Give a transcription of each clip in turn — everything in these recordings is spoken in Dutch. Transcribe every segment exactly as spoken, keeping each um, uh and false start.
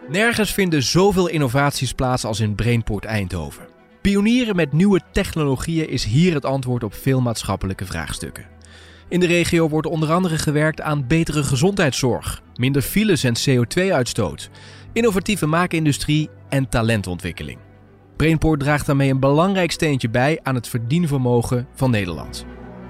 Nergens vinden zoveel innovaties plaats als in Brainport Eindhoven. Pionieren met nieuwe technologieën is hier het antwoord op veel maatschappelijke vraagstukken. In de regio wordt onder andere gewerkt aan betere gezondheidszorg, minder files en C O twee uitstoot, innovatieve maakindustrie en talentontwikkeling. Brainport draagt daarmee een belangrijk steentje bij aan het verdienvermogen van Nederland.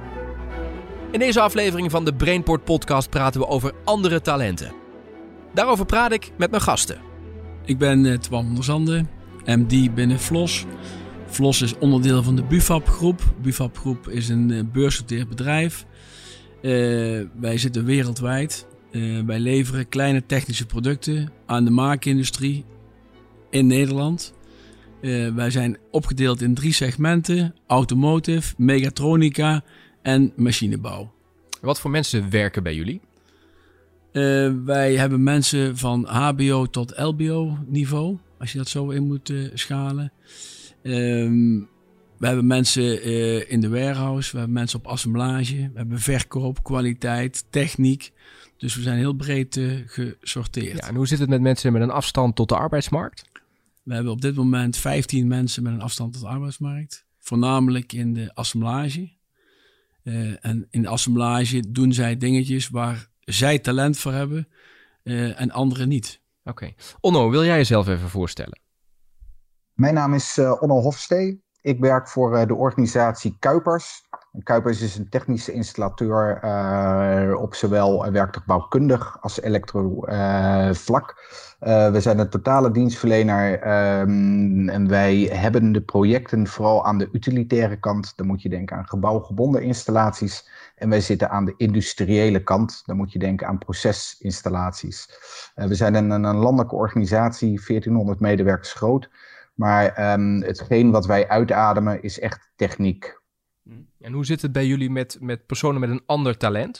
In deze aflevering van de Brainport podcast praten we over andere talenten. Daarover praat ik met mijn gasten. Ik ben uh, Twan van der Zanden, M D binnen Vlos. Vlos is onderdeel van de Bufab Groep. Bufab Groep is een uh, beursgenoteerd bedrijf. Uh, wij zitten wereldwijd. Uh, wij leveren kleine technische producten aan de maakindustrie in Nederland. Uh, wij zijn opgedeeld in drie segmenten: automotive, mechatronica en machinebouw. Wat voor mensen werken bij jullie? Uh, wij hebben mensen van H B O tot L B O niveau, als je dat zo in moet uh, schalen. Um, we hebben mensen uh, in de warehouse, we hebben mensen op assemblage, we hebben verkoop, kwaliteit, techniek. Dus we zijn heel breed uh, gesorteerd. Ja, en hoe zit het met mensen met een afstand tot de arbeidsmarkt? We hebben op dit moment vijftien mensen met een afstand tot de arbeidsmarkt. Voornamelijk in de assemblage. Uh, en in de assemblage doen zij dingetjes waar zij talent voor hebben uh, en anderen niet. Oké. Okay. Onno, wil jij jezelf even voorstellen? Mijn naam is uh, Onno Hofstee. Ik werk voor uh, de organisatie Kuipers. En Kuipers is een technische installateur uh, op zowel werktuigbouwkundig als elektrovlak. Uh, we zijn een totale dienstverlener um, en wij hebben de projecten vooral aan de utilitaire kant. Dan moet je denken aan gebouwgebonden installaties. En wij zitten aan de industriële kant. Dan moet je denken aan procesinstallaties. Uh, we zijn een, een landelijke organisatie, veertienhonderd medewerkers groot. Maar um, hetgeen wat wij uitademen is echt techniek. En hoe zit het bij jullie met, met personen met een ander talent?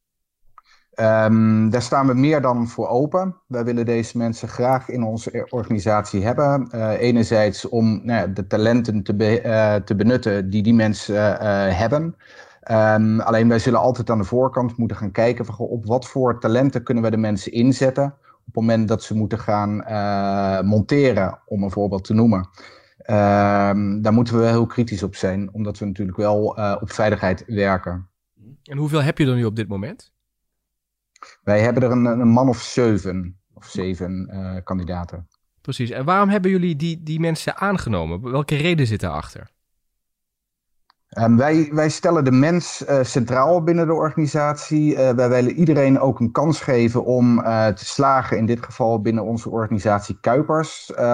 Um, daar staan we meer dan voor open. Wij willen deze mensen graag in onze organisatie hebben. Uh, enerzijds om nou ja, de talenten te, be, uh, te benutten die die mensen uh, hebben. Um, alleen wij zullen altijd aan de voorkant moeten gaan kijken van, op wat voor talenten kunnen we de mensen inzetten op het moment dat ze moeten gaan uh, monteren, om een voorbeeld te noemen. Uh, daar moeten we heel kritisch op zijn, omdat we natuurlijk wel uh, op veiligheid werken. En hoeveel heb je er nu op dit moment? Wij hebben er een, een man of zeven, of zeven uh, kandidaten. Precies. En waarom hebben jullie die, die mensen aangenomen? Welke reden zit daarachter? Um, wij, wij stellen de mens uh, centraal binnen de organisatie. Uh, wij willen iedereen ook een kans geven om uh, te slagen, in dit geval binnen onze organisatie Kuipers. Uh,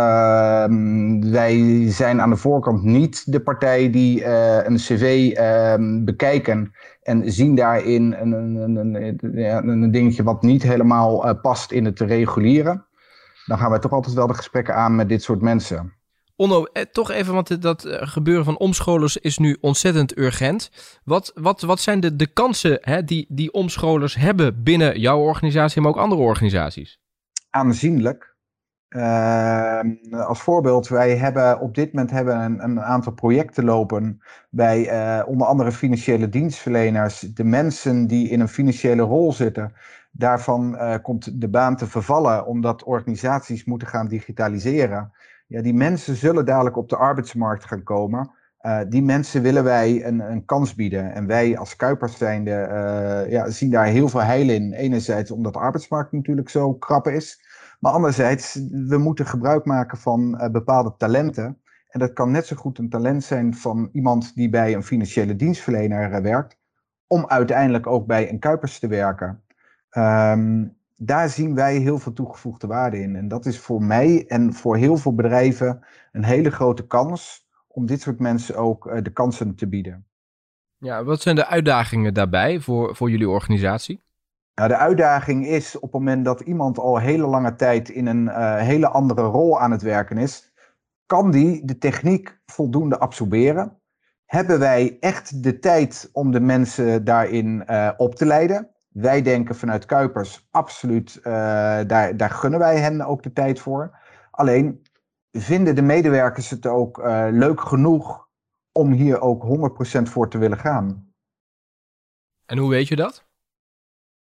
wij zijn aan de voorkant niet de partij die uh, een cv uh, bekijken en zien daarin een, een, een, een, een dingetje wat niet helemaal uh, past in het reguliere. Dan gaan wij toch altijd wel de gesprekken aan met dit soort mensen. Onno, eh, toch even, want dat uh, gebeuren van omscholers is nu ontzettend urgent. Wat, wat, wat zijn de, de kansen hè, die, die omscholers hebben binnen jouw organisatie, maar ook andere organisaties? Aanzienlijk. Uh, als voorbeeld, wij hebben op dit moment hebben een, een aantal projecten lopen bij uh, onder andere financiële dienstverleners. De mensen die in een financiële rol zitten, daarvan uh, komt de baan te vervallen omdat organisaties moeten gaan digitaliseren. Ja, die mensen zullen dadelijk op de arbeidsmarkt gaan komen. Uh, die mensen willen wij een, een kans bieden. En wij als Kuipers zijnde uh, ja, zien daar heel veel heil in. Enerzijds omdat de arbeidsmarkt natuurlijk zo krap is. Maar anderzijds, we moeten gebruik maken van uh, bepaalde talenten. En dat kan net zo goed een talent zijn van iemand die bij een financiële dienstverlener uh, werkt. Om uiteindelijk ook bij een Kuipers te werken. Um, Daar zien wij heel veel toegevoegde waarde in. En dat is voor mij en voor heel veel bedrijven een hele grote kans om dit soort mensen ook uh, de kansen te bieden. Ja, wat zijn de uitdagingen daarbij voor, voor jullie organisatie? Nou, de uitdaging is op het moment dat iemand al hele lange tijd in een uh, hele andere rol aan het werken is, kan die de techniek voldoende absorberen? Hebben wij echt de tijd om de mensen daarin uh, op te leiden? Wij denken vanuit Kuipers absoluut, uh, daar, daar gunnen wij hen ook de tijd voor. Alleen vinden de medewerkers het ook uh, leuk genoeg om hier ook honderd procent voor te willen gaan. En hoe weet je dat?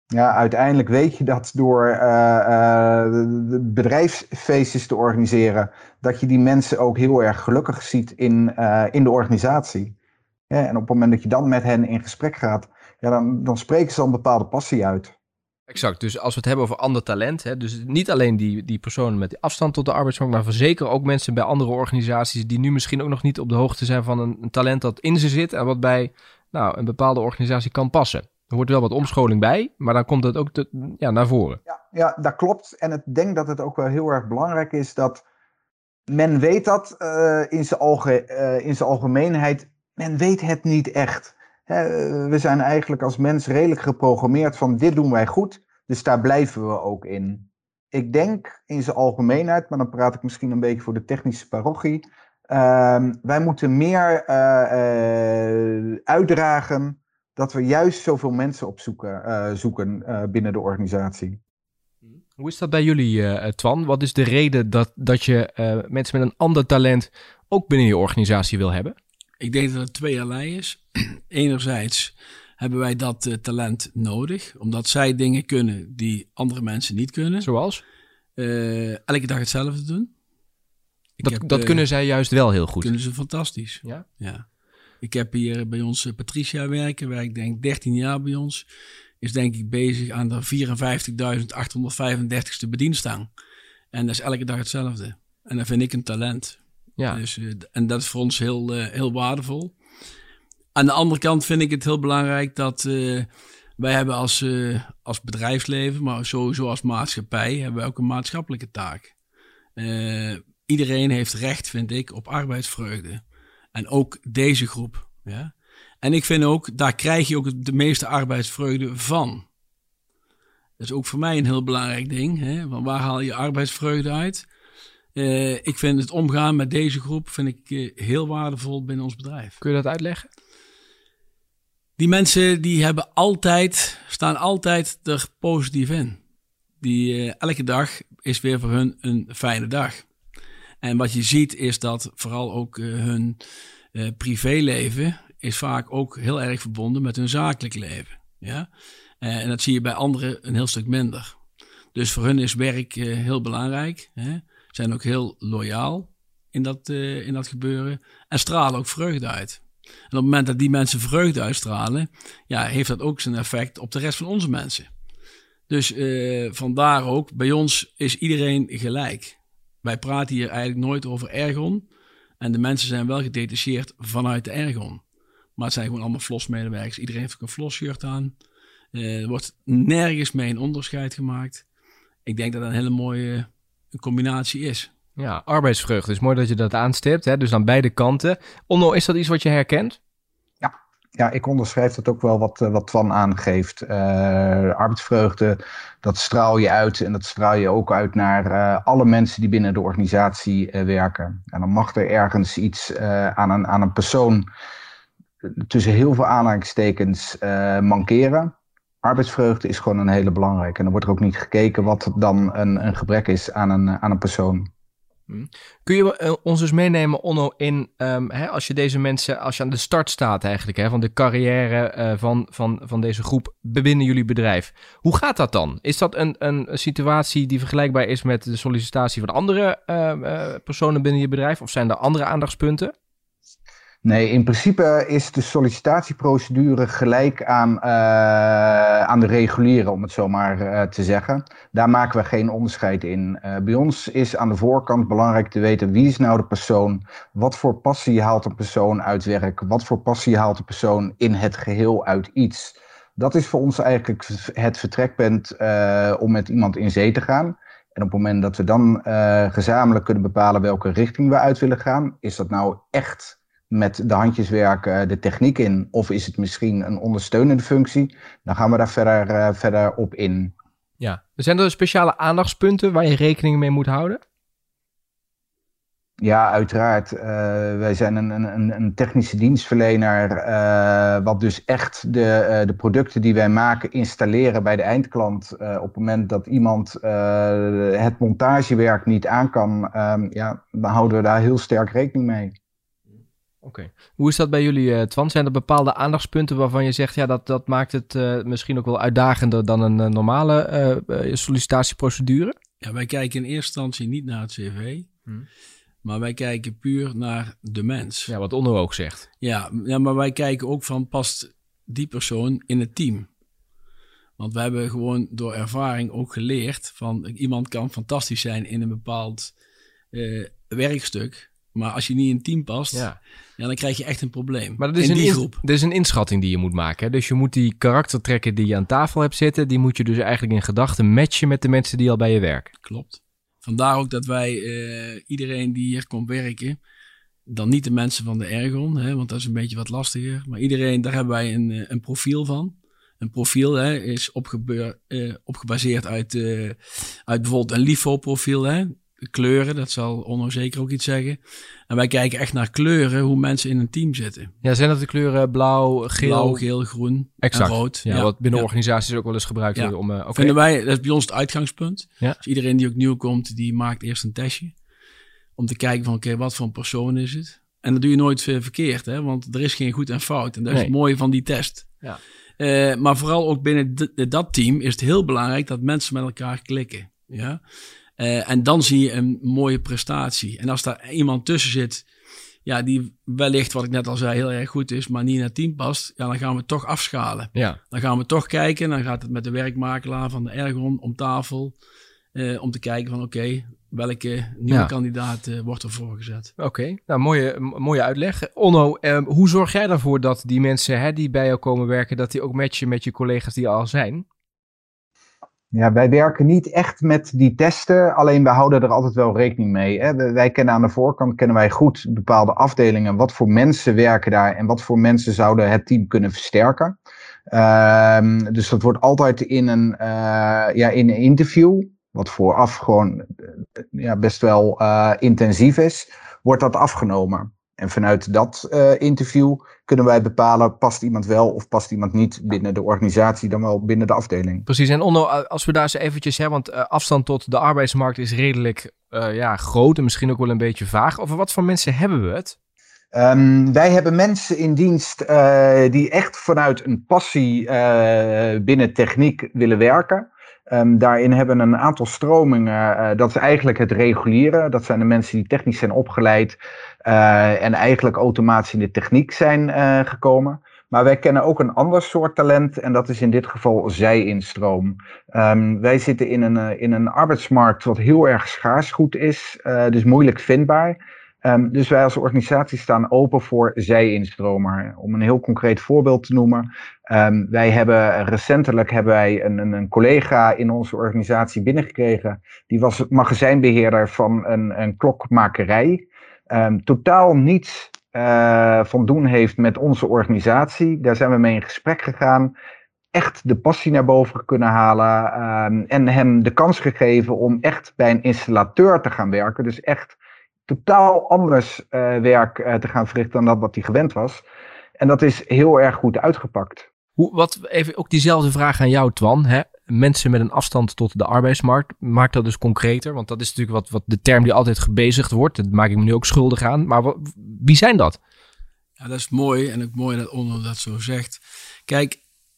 Ja, uiteindelijk weet je dat door uh, uh, de bedrijfsfeestjes te organiseren, dat je die mensen ook heel erg gelukkig ziet in, uh, in de organisatie. Ja, en op het moment dat je dan met hen in gesprek gaat, ja, dan, dan spreken ze al een bepaalde passie uit. Exact, dus als we het hebben over ander talent, hè, dus niet alleen die, die personen met die afstand tot de arbeidsmarkt, maar zeker ook mensen bij andere organisaties die nu misschien ook nog niet op de hoogte zijn van een, een talent dat in ze zit en wat bij nou, een bepaalde organisatie kan passen. Er hoort wel wat omscholing bij, maar dan komt het ook te, ja, naar voren. Ja, ja, dat klopt. En ik denk dat het ook wel heel erg belangrijk is dat men weet dat uh, in zijn alge, uh, in zijn algemeenheid, men weet het niet echt. Hè, we zijn eigenlijk als mens redelijk geprogrammeerd van dit doen wij goed, dus daar blijven we ook in. Ik denk in zijn algemeenheid, maar dan praat ik misschien een beetje voor de technische parochie, uh, wij moeten meer uh, uh, uitdragen dat we juist zoveel mensen opzoeken uh, zoeken, uh, binnen de organisatie. Hoe is dat bij jullie, uh, Twan? Wat is de reden dat, dat je uh, mensen met een ander talent ook binnen je organisatie wil hebben? Ik denk dat het tweeërlei is. Enerzijds hebben wij dat uh, talent nodig, omdat zij dingen kunnen die andere mensen niet kunnen. Zoals? Uh, elke dag hetzelfde doen. Ik dat heb, dat uh, kunnen zij juist wel heel goed. Kunnen ze fantastisch. Ja? Ja. Ik heb hier bij ons Patricia werken, werkt denk ik dertien jaar bij ons. Is denk ik bezig aan de vierenvijftigduizend achthonderdvijfendertigste bedienstang. En dat is elke dag hetzelfde. En dat vind ik een talent. Ja. Dus, uh, en dat is voor ons heel, uh, heel waardevol. Aan de andere kant vind ik het heel belangrijk dat uh, wij hebben als, uh, als bedrijfsleven, maar sowieso als maatschappij, hebben wij ook een maatschappelijke taak. Uh, iedereen heeft recht, vind ik, op arbeidsvreugde. En ook deze groep. Ja? En ik vind ook, daar krijg je ook de meeste arbeidsvreugde van. Dat is ook voor mij een heel belangrijk ding. Hè? Van waar haal je arbeidsvreugde uit? Uh, ik vind het omgaan met deze groep vind ik, uh, heel waardevol binnen ons bedrijf. Kun je dat uitleggen? Die mensen die hebben altijd, staan altijd er positief in. Die, uh, elke dag is weer voor hun een fijne dag. En wat je ziet is dat vooral ook uh, hun uh, privéleven is vaak ook heel erg verbonden met hun zakelijk leven. Ja? Uh, en dat zie je bij anderen een heel stuk minder. Dus voor hun is werk uh, heel belangrijk. Hè? Zijn ook heel loyaal in dat, uh, in dat gebeuren. En stralen ook vreugde uit. En op het moment dat die mensen vreugde uitstralen, ja, heeft dat ook zijn effect op de rest van onze mensen. Dus uh, vandaar ook, bij ons is iedereen gelijk. Wij praten hier eigenlijk nooit over ergon. En de mensen zijn wel gedetacheerd vanuit de ergon. Maar het zijn gewoon allemaal Flos-medewerkers. Iedereen heeft ook een Flos-shirt aan. Uh, er wordt nergens mee een onderscheid gemaakt. Ik denk dat dat een hele mooie combinatie is. Ja, arbeidsvreugde. Het is mooi dat je dat aanstipt. Hè? Dus aan beide kanten. Onno, is dat iets wat je herkent? Ja, ja ik onderschrijf dat ook wel wat, wat Twan aangeeft. Uh, arbeidsvreugde, dat straal je uit. En dat straal je ook uit naar uh, alle mensen die binnen de organisatie uh, werken. En dan mag er ergens iets uh, aan, een, aan een persoon tussen heel veel aanhalingstekens uh, mankeren. Arbeidsvreugde is gewoon een hele belangrijke. En dan wordt er ook niet gekeken wat dan een, een gebrek is aan een, aan een persoon. Kun je uh, ons dus meenemen, Onno, in um, hè, als je deze mensen, als je aan de start staat eigenlijk, hè, van de carrière uh, van, van, van deze groep binnen jullie bedrijf. Hoe gaat dat dan? Is dat een, een situatie die vergelijkbaar is met de sollicitatie van andere uh, uh, personen binnen je bedrijf? Of zijn er andere aandachtspunten? Nee, in principe is de sollicitatieprocedure gelijk aan, uh, aan de reguliere, om het zo maar uh, te zeggen. Daar maken we geen onderscheid in. Uh, bij ons is aan de voorkant belangrijk te weten wie is nou de persoon, wat voor passie haalt een persoon uit werk, wat voor passie haalt de persoon in het geheel uit iets. Dat is voor ons eigenlijk het vertrekpunt uh, om met iemand in zee te gaan. En op het moment dat we dan uh, gezamenlijk kunnen bepalen welke richting we uit willen gaan, is dat nou echt met de handjes werken de techniek in, of is het misschien een ondersteunende functie, dan gaan we daar verder, uh, verder op in. Ja, zijn er speciale aandachtspunten waar je rekening mee moet houden? Ja, uiteraard. Uh, wij zijn een, een, een technische dienstverlener, uh, wat dus echt de, uh, de producten die wij maken installeren bij de eindklant. Uh, op het moment dat iemand uh, het montagewerk niet aan kan, uh, ja, dan houden we daar heel sterk rekening mee. Okay. Hoe is dat bij jullie, uh, Twan? Zijn er bepaalde aandachtspunten waarvan je zegt, ja, dat, dat maakt het uh, misschien ook wel uitdagender dan een uh, normale uh, sollicitatieprocedure? Ja, wij kijken in eerste instantie niet naar het cv, hmm. maar wij kijken puur naar de mens. Ja, wat Onno ook zegt. Ja, ja, maar wij kijken ook van, past die persoon in het team? Want we hebben gewoon door ervaring ook geleerd van, iemand kan fantastisch zijn in een bepaald uh, werkstuk, maar als je niet in een team past, ja. Ja, dan krijg je echt een probleem. Maar dat is in een die in, groep. Dat is een inschatting die je moet maken. Hè? Dus je moet die karaktertrekken die je aan tafel hebt zitten, die moet je dus eigenlijk in gedachten matchen met de mensen die al bij je werken. Klopt. Vandaar ook dat wij uh, iedereen die hier komt werken, dan niet de mensen van de Ergon, hè, want dat is een beetje wat lastiger. Maar iedereen, daar hebben wij een, een profiel van. Een profiel hè, is opgebe- uh, opgebaseerd uit, uh, uit bijvoorbeeld een L I F O-profiel, hè. Kleuren, dat zal Onno zeker ook iets zeggen. En wij kijken echt naar kleuren, hoe mensen in een team zitten. Ja, zijn dat de kleuren blauw, geel? Blauw, geel, groen exact. En rood. Ja, ja, wat binnen ja. organisaties ook wel eens gebruikt ja. wordt. Om, uh, okay. Vinden wij, dat is bij ons het uitgangspunt. Ja. Dus iedereen die ook nieuw komt, die maakt eerst een testje. Om te kijken van, oké, okay, wat voor een persoon is het? En dat doe je nooit verkeerd, hè? Want er is geen goed en fout. En dat is nee. het mooie van die test. Ja. Uh, maar vooral ook binnen d- dat team is het heel belangrijk dat mensen met elkaar klikken. Ja. Uh, en dan zie je een mooie prestatie. En als daar iemand tussen zit, ja, die wellicht, wat ik net al zei, heel erg goed is, maar niet in het team past, ja, dan gaan we het toch afschalen. Ja. Dan gaan we toch kijken, dan gaat het met de werkmakelaar van de Ergon om tafel, uh, om te kijken van oké, okay, welke nieuwe ja. kandidaat uh, wordt er voorgezet. Oké, okay. nou mooie, m- mooie uitleg. Onno, uh, hoe zorg jij ervoor dat die mensen hè, die bij jou komen werken, dat die ook matchen met je collega's die er al zijn? Ja, wij werken niet echt met die testen, alleen we houden er altijd wel rekening mee. Hè. Wij kennen aan de voorkant, kennen wij goed bepaalde afdelingen, wat voor mensen werken daar en wat voor mensen zouden het team kunnen versterken. Uh, dus dat wordt altijd in een, uh, ja, in een interview, wat vooraf gewoon uh, ja, best wel uh, intensief is, wordt dat afgenomen. En vanuit dat uh, interview kunnen wij bepalen, past iemand wel of past iemand niet binnen de organisatie, dan wel binnen de afdeling. Precies, en Onno, als we daar eens eventjes hebben, want uh, afstand tot de arbeidsmarkt is redelijk uh, ja, groot en misschien ook wel een beetje vaag. Over wat voor mensen hebben we het? Um, wij hebben mensen in dienst uh, die echt vanuit een passie uh, binnen techniek willen werken. Um, daarin hebben we een aantal stromingen, uh, dat is eigenlijk het reguliere. Dat zijn de mensen die technisch zijn opgeleid uh, en eigenlijk automatisch in de techniek zijn uh, gekomen. Maar wij kennen ook een ander soort talent en dat is in dit geval zij-instroom. Um, wij zitten in een, uh, in een arbeidsmarkt wat heel erg schaars goed is, uh, dus moeilijk vindbaar. Um, dus wij als organisatie staan open voor zij-instromer. Om een heel concreet voorbeeld te noemen. Um, wij hebben recentelijk hebben wij een, een, een collega in onze organisatie binnengekregen. Die was magazijnbeheerder van een, een klokmakerij. Um, totaal niets uh, van doen heeft met onze organisatie. Daar zijn we mee in gesprek gegaan. Echt de passie naar boven kunnen halen. Um, en hem de kans gegeven om echt bij een installateur te gaan werken. Dus echt totaal anders uh, werk uh, te gaan verrichten dan dat wat hij gewend was. En dat is heel erg goed uitgepakt. Hoe, wat, even ook diezelfde vraag aan jou, Twan. Hè? Mensen met een afstand tot de arbeidsmarkt, maak dat dus concreter. Want dat is natuurlijk wat, wat de term die altijd gebezigd wordt. Dat maak ik me nu ook schuldig aan. Maar wat, wie zijn dat? Ja, dat is mooi. En ook mooi dat Onno dat zo zegt. Kijk,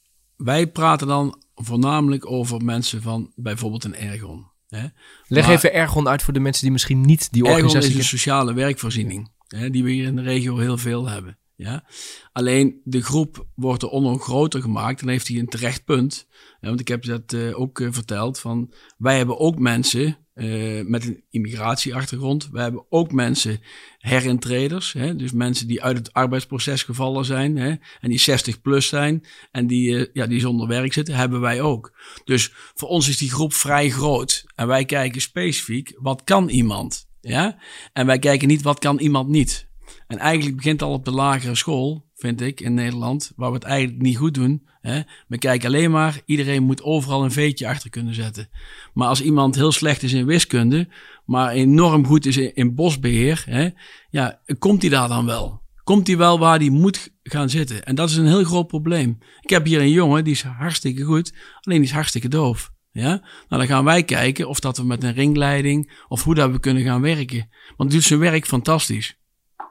wij praten dan voornamelijk over mensen van bijvoorbeeld een Ergon. Hè? Leg maar even Ergon uit voor de mensen die misschien niet die organisatie... Ergon is een sociale werkvoorziening, hè, die we hier in de regio heel veel hebben. Ja? Alleen de groep wordt er onno groter gemaakt en heeft hij een terecht punt. Ja, want ik heb dat uh, ook uh, verteld. Van, wij hebben ook mensen uh, met een immigratieachtergrond. Wij hebben ook mensen herintreders. Hè, dus mensen die uit het arbeidsproces gevallen zijn. Hè, en die zestig plus zijn. En die, uh, ja, die zonder werk zitten. Hebben wij ook. Dus voor ons is die groep vrij groot. En wij kijken specifiek, wat kan iemand? Ja? En wij kijken niet, wat kan iemand niet? En eigenlijk begint al op de lagere school, vind ik, in Nederland, waar we het eigenlijk niet goed doen. Hè? We kijken alleen maar, iedereen moet overal een veetje achter kunnen zetten. Maar als iemand heel slecht is in wiskunde, maar enorm goed is in, in bosbeheer, hè? Ja, komt hij daar dan wel? Komt hij wel waar hij moet gaan zitten? En dat is een heel groot probleem. Ik heb hier een jongen, die is hartstikke goed, alleen die is hartstikke doof. Ja? Nou, dan gaan wij kijken of dat we met een ringleiding, of hoe dat we kunnen gaan werken. Want hij doet zijn werk fantastisch.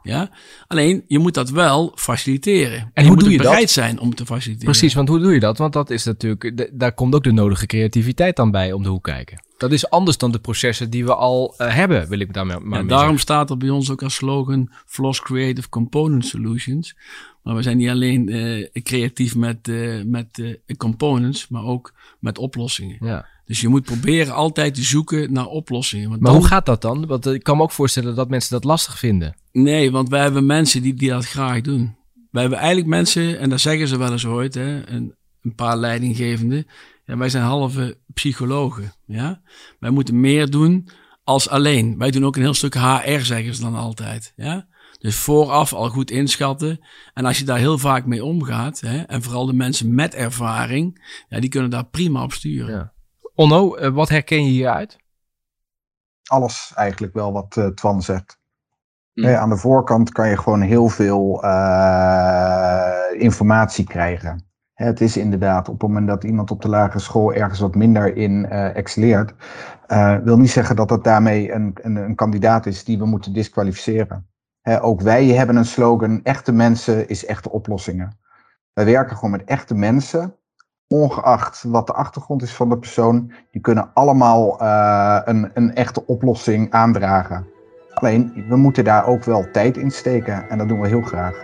Ja? Alleen, je moet dat wel faciliteren. En, En je hoe moet doe je bereid dat? zijn om te faciliteren. Precies, want hoe doe je dat? Want dat is natuurlijk, d- daar komt ook de nodige creativiteit dan bij om de hoek kijken. Dat is anders dan de processen die we al uh, hebben, wil ik daarmee maar Ja, mee daarom zeggen. staat er bij ons ook als slogan Floss Creative Component Solutions. Maar we zijn niet alleen uh, creatief met, uh, met uh, components, maar ook met oplossingen. Ja. Dus je moet proberen altijd te zoeken naar oplossingen. Want Maar dan, hoe gaat dat dan? Want uh, ik kan me ook voorstellen dat mensen dat lastig vinden. Nee, want wij hebben mensen die, die dat graag doen. Wij hebben eigenlijk mensen, en dat zeggen ze wel eens ooit, hè, een, een paar leidinggevenden. Ja, wij zijn halve psychologen. Ja? Wij moeten meer doen als alleen. Wij doen ook een heel stuk H R, zeggen ze dan altijd. Ja? Dus vooraf al goed inschatten. En als je daar heel vaak mee omgaat, hè, en vooral de mensen met ervaring, ja, die kunnen daar prima op sturen. Ja. Onno, uh, wat herken je hieruit? Alles eigenlijk wel wat uh, Twan zegt. Mm. Nee, aan de voorkant kan je gewoon heel veel uh, informatie krijgen. Het is inderdaad op het moment dat iemand op de lagere school ergens wat minder in uh, excelleert, uh, wil niet zeggen dat dat daarmee een, een, een kandidaat is die we moeten disqualificeren. He, ook wij hebben een slogan, echte mensen is echte oplossingen. Wij werken gewoon met echte mensen, ongeacht wat de achtergrond is van de persoon. Die kunnen allemaal uh, een, een echte oplossing aandragen. Alleen, we moeten daar ook wel tijd in steken en dat doen we heel graag.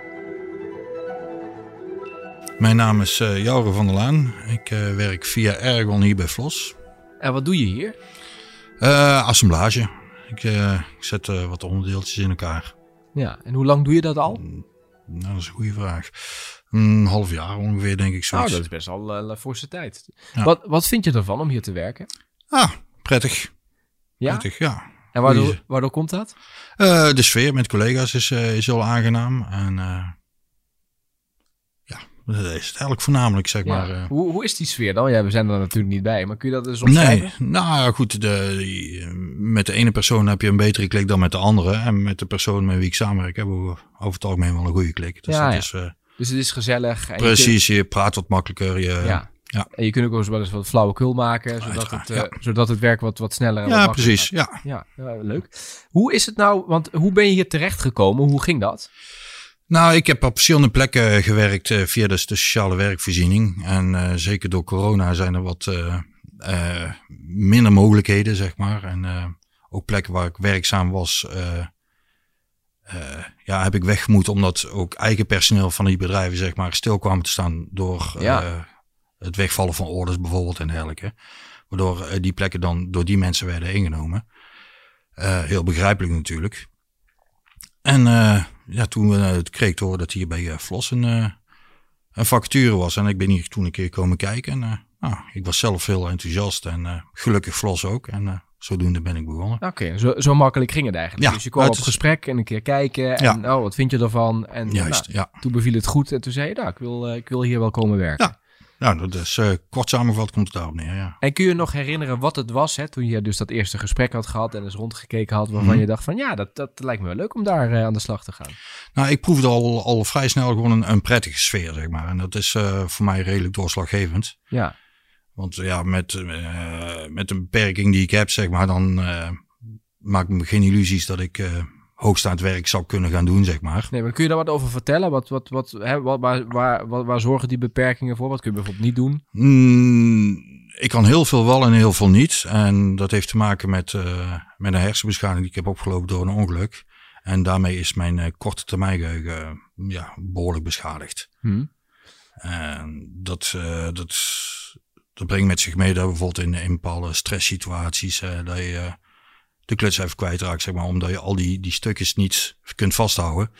Mijn naam is uh, Joure van der Laan. Ik uh, werk via Ergon hier bij Floss. En wat doe je hier? Uh, assemblage. Ik, uh, ik zet uh, wat onderdeeltjes in elkaar. Ja, en hoe lang doe je dat al? Mm, nou, dat is een goede vraag. Een half jaar ongeveer, denk ik zoiets. Oh, dat is best al uh, forse tijd. Ja. Wat, wat vind je ervan om hier te werken? Ah, prettig. Ja? Prettig, ja. En waardoor, waardoor komt dat? Uh, de sfeer met collega's is, uh, is heel aangenaam. En uh, ja, dat is het eigenlijk voornamelijk, zeg Ja. maar. Uh, hoe, hoe is die sfeer dan? Ja, we zijn er natuurlijk niet bij, maar kun je dat eens omschrijven? Nee, nou ja, goed. De, die, met de ene persoon heb je een betere klik dan met de andere. En met de persoon met wie ik samenwerk hebben we over het algemeen wel een goede klik. Dus Ja, dat ja. is, uh, Dus het is gezellig. En precies, je, je praat wat makkelijker. Je, kunt, ja. ja. En je kunt ook wel eens wat flauwekul maken, zodat Uiteraard, het, uh, ja. zodat het werk wat, wat sneller en wat Ja, makkelijker precies. gaat. Ja. Ja, ja, leuk. Hoe is het nou, want hoe ben je hier terechtgekomen? Hoe ging dat? Nou, ik heb op verschillende plekken gewerkt uh, via de, de sociale werkvoorziening. En uh, zeker door corona zijn er wat uh, uh, minder mogelijkheden, zeg maar. En uh, ook plekken waar ik werkzaam was, uh, uh, ja, heb ik weg moeten. Omdat ook eigen personeel van die bedrijven, zeg maar, stil kwamen te staan door uh, Ja. het wegvallen van orders bijvoorbeeld en dergelijke. Waardoor uh, die plekken dan door die mensen werden ingenomen. Uh, heel begrijpelijk natuurlijk. En uh, ja, toen uh, kreeg ik te horen dat hier bij uh, Floss een, uh, een vacature was. En ik ben hier toen een keer komen kijken. En uh, nou, ik was zelf heel enthousiast. En uh, gelukkig Floss ook. En uh, zodoende ben ik begonnen. Oké, okay, zo, zo makkelijk ging het eigenlijk. Ja, dus je kwam het op is- gesprek en een keer kijken. En Ja. oh, wat vind je ervan? En Juist, nou, ja. toen beviel het goed. En toen zei je, nou, ik wil, uh, ik wil hier wel komen werken. Ja. Nou, dat is uh, kort samengevat komt het daarop neer, ja. En kun je nog herinneren wat het was, hè, toen je dus dat eerste gesprek had gehad en eens rondgekeken had, waarvan Mhm. je dacht van ja, dat, dat lijkt me wel leuk om daar uh, aan de slag te gaan. Nou, ik proefde al, al vrij snel gewoon een, een prettige sfeer, zeg maar. En dat is uh, voor mij redelijk doorslaggevend. Ja, Want ja, met, uh, met de beperking die ik heb, zeg maar, dan uh, maak ik me geen illusies dat ik uh, hoogstaand werk zou kunnen gaan doen, zeg maar. nee, maar kun je daar wat over vertellen? Wat, wat, wat, hè, wat, waar, waar, waar, waar zorgen die beperkingen voor? Wat kun je bijvoorbeeld niet doen? Mm, ik kan heel veel wel en heel veel niet. En dat heeft te maken met, uh, met een hersenbeschadiging die ik heb opgelopen door een ongeluk. En daarmee is mijn uh, korte termijn geheugen uh, ja, behoorlijk beschadigd. Hm? En dat, uh, dat, dat brengt met zich mee dat bijvoorbeeld in, in bepaalde stresssituaties uh, dat je uh, de kluts even kwijtraakt, zeg maar, omdat je al die, die stukjes niet kunt vasthouden.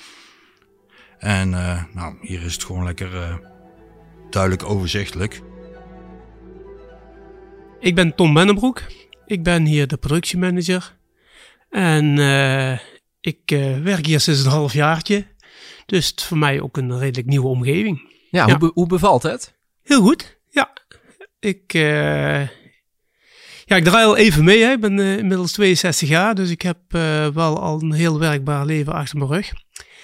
En uh, nou, hier is het gewoon lekker uh, duidelijk overzichtelijk. Ik ben Tom Bennebroek. Ik ben hier de productiemanager. En uh, ik uh, werk hier sinds een halfjaartje. Dus het is voor mij ook een redelijk nieuwe omgeving. Ja, Ja. Hoe, be- hoe bevalt het? Heel goed, ja. Ik, uh, ja, ik draai al even mee. Hè. Ik ben uh, inmiddels tweeënzestig jaar. Dus ik heb uh, wel al een heel werkbaar leven achter mijn rug.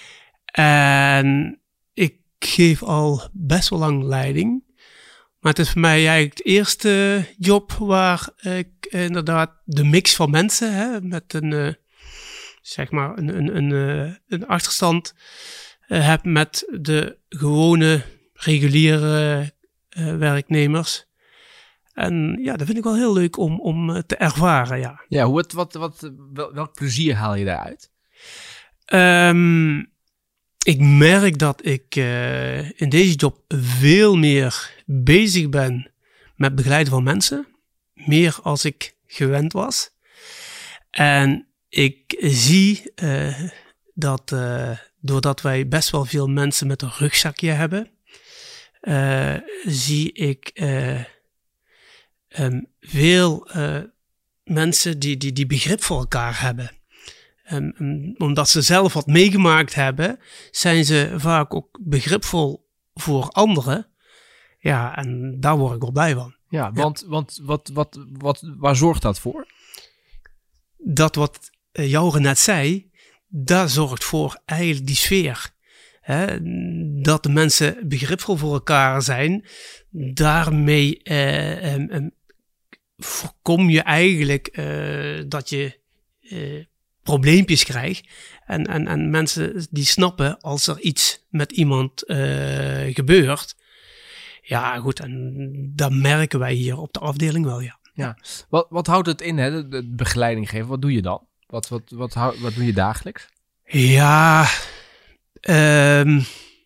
En ik geef al best wel lang leiding. Maar het is voor mij eigenlijk de eerste job waar ik inderdaad de mix van mensen, hè, met een uh, zeg maar een, een, een, uh, een achterstand uh, heb met de gewone, reguliere uh, werknemers. En ja, dat vind ik wel heel leuk om, om uh, te ervaren, ja. Ja, hoe het, wat, wat, wel, welk plezier haal je daaruit? Um, ik merk dat ik uh, in deze job veel meer bezig ben met begeleiden van mensen. Meer als ik gewend was. En ik zie uh, dat uh, doordat wij best wel veel mensen met een rugzakje hebben, uh, zie ik uh, um, veel uh, mensen die, die, die begrip voor elkaar hebben. Um, um, omdat ze zelf wat meegemaakt hebben, zijn ze vaak ook begripvol voor anderen. Ja, en daar word ik wel blij van. Ja, want, ja. want wat, wat, wat, waar zorgt dat voor? Dat wat Joure net zei, daar zorgt voor eigenlijk die sfeer. Hè? Dat de mensen begripvol voor elkaar zijn, daarmee eh, um, um, voorkom je eigenlijk uh, dat je uh, probleempjes krijgt. En, en, en mensen die snappen als er iets met iemand uh, gebeurt. Ja, goed, en dat merken wij hier op de afdeling wel, ja. Ja. Wat, wat houdt het in, hè, de, de begeleiding geven? Wat doe je dan? Wat, wat, wat, wat, wat doe je dagelijks? Ja, um,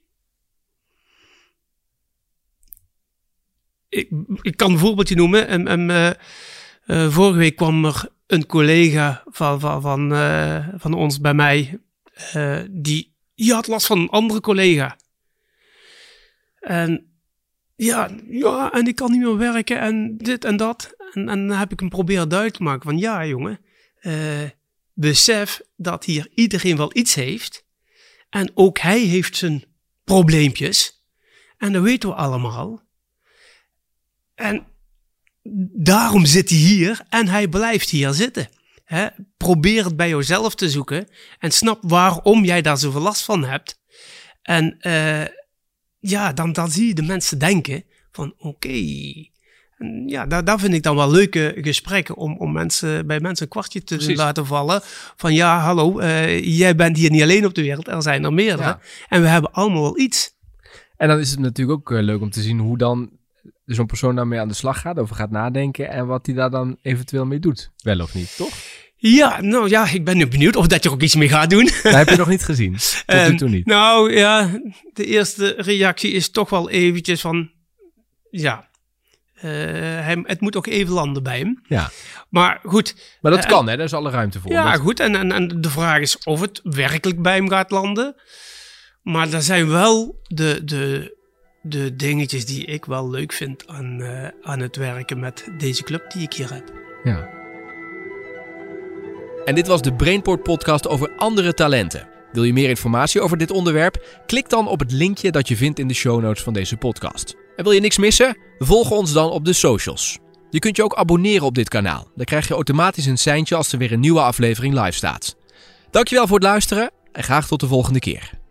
ik, ik kan een voorbeeldje noemen. Um, um, uh, uh, vorige week kwam er een collega van, van, van, uh, van ons bij mij, uh, die, die had last van een andere collega. En ja, ja, en ik kan niet meer werken en dit en dat. En, en dan heb ik hem proberen duidelijk te maken van ja, jongen, uh, besef dat hier iedereen wel iets heeft. En ook hij heeft zijn probleempjes. En dat weten we allemaal. En daarom zit hij hier en hij blijft hier zitten. Hè? Probeer het bij jezelf te zoeken en snap waarom jij daar zoveel last van hebt. En uh, ja, dan, dan zie je de mensen denken van oké. Okay. Ja, daar, daar vind ik dan wel leuke gesprekken om, om mensen, bij mensen een kwartje te Precies. laten vallen. Van ja, hallo, uh, jij bent hier niet alleen op de wereld, er zijn er meerdere. Ja. En we hebben allemaal wel iets. En dan is het natuurlijk ook uh, leuk om te zien hoe dan zo'n persoon daarmee aan de slag gaat, over gaat nadenken en wat hij daar dan eventueel mee doet. Wel of niet, toch? Ja, nou ja, ik ben nu benieuwd of dat je er ook iets mee gaat doen. Dat heb je nog niet gezien, tot nu toe niet. Nou ja, de eerste reactie is toch wel eventjes van, ja, uh, hij, het moet ook even landen bij hem. Ja. Maar goed. Maar dat uh, kan, hè? Daar is alle ruimte voor. Ja, dat... goed. En, en, en de vraag is of het werkelijk bij hem gaat landen. Maar er zijn wel de, de, de dingetjes die ik wel leuk vind aan, uh, aan het werken met deze club die ik hier heb. Ja. En dit was de Brainport podcast over andere talenten. Wil je meer informatie over dit onderwerp? Klik dan op het linkje dat je vindt in de show notes van deze podcast. En wil je niks missen? Volg ons dan op de socials. Je kunt je ook abonneren op dit kanaal. Dan krijg je automatisch een seintje als er weer een nieuwe aflevering live staat. Dankjewel voor het luisteren en graag tot de volgende keer.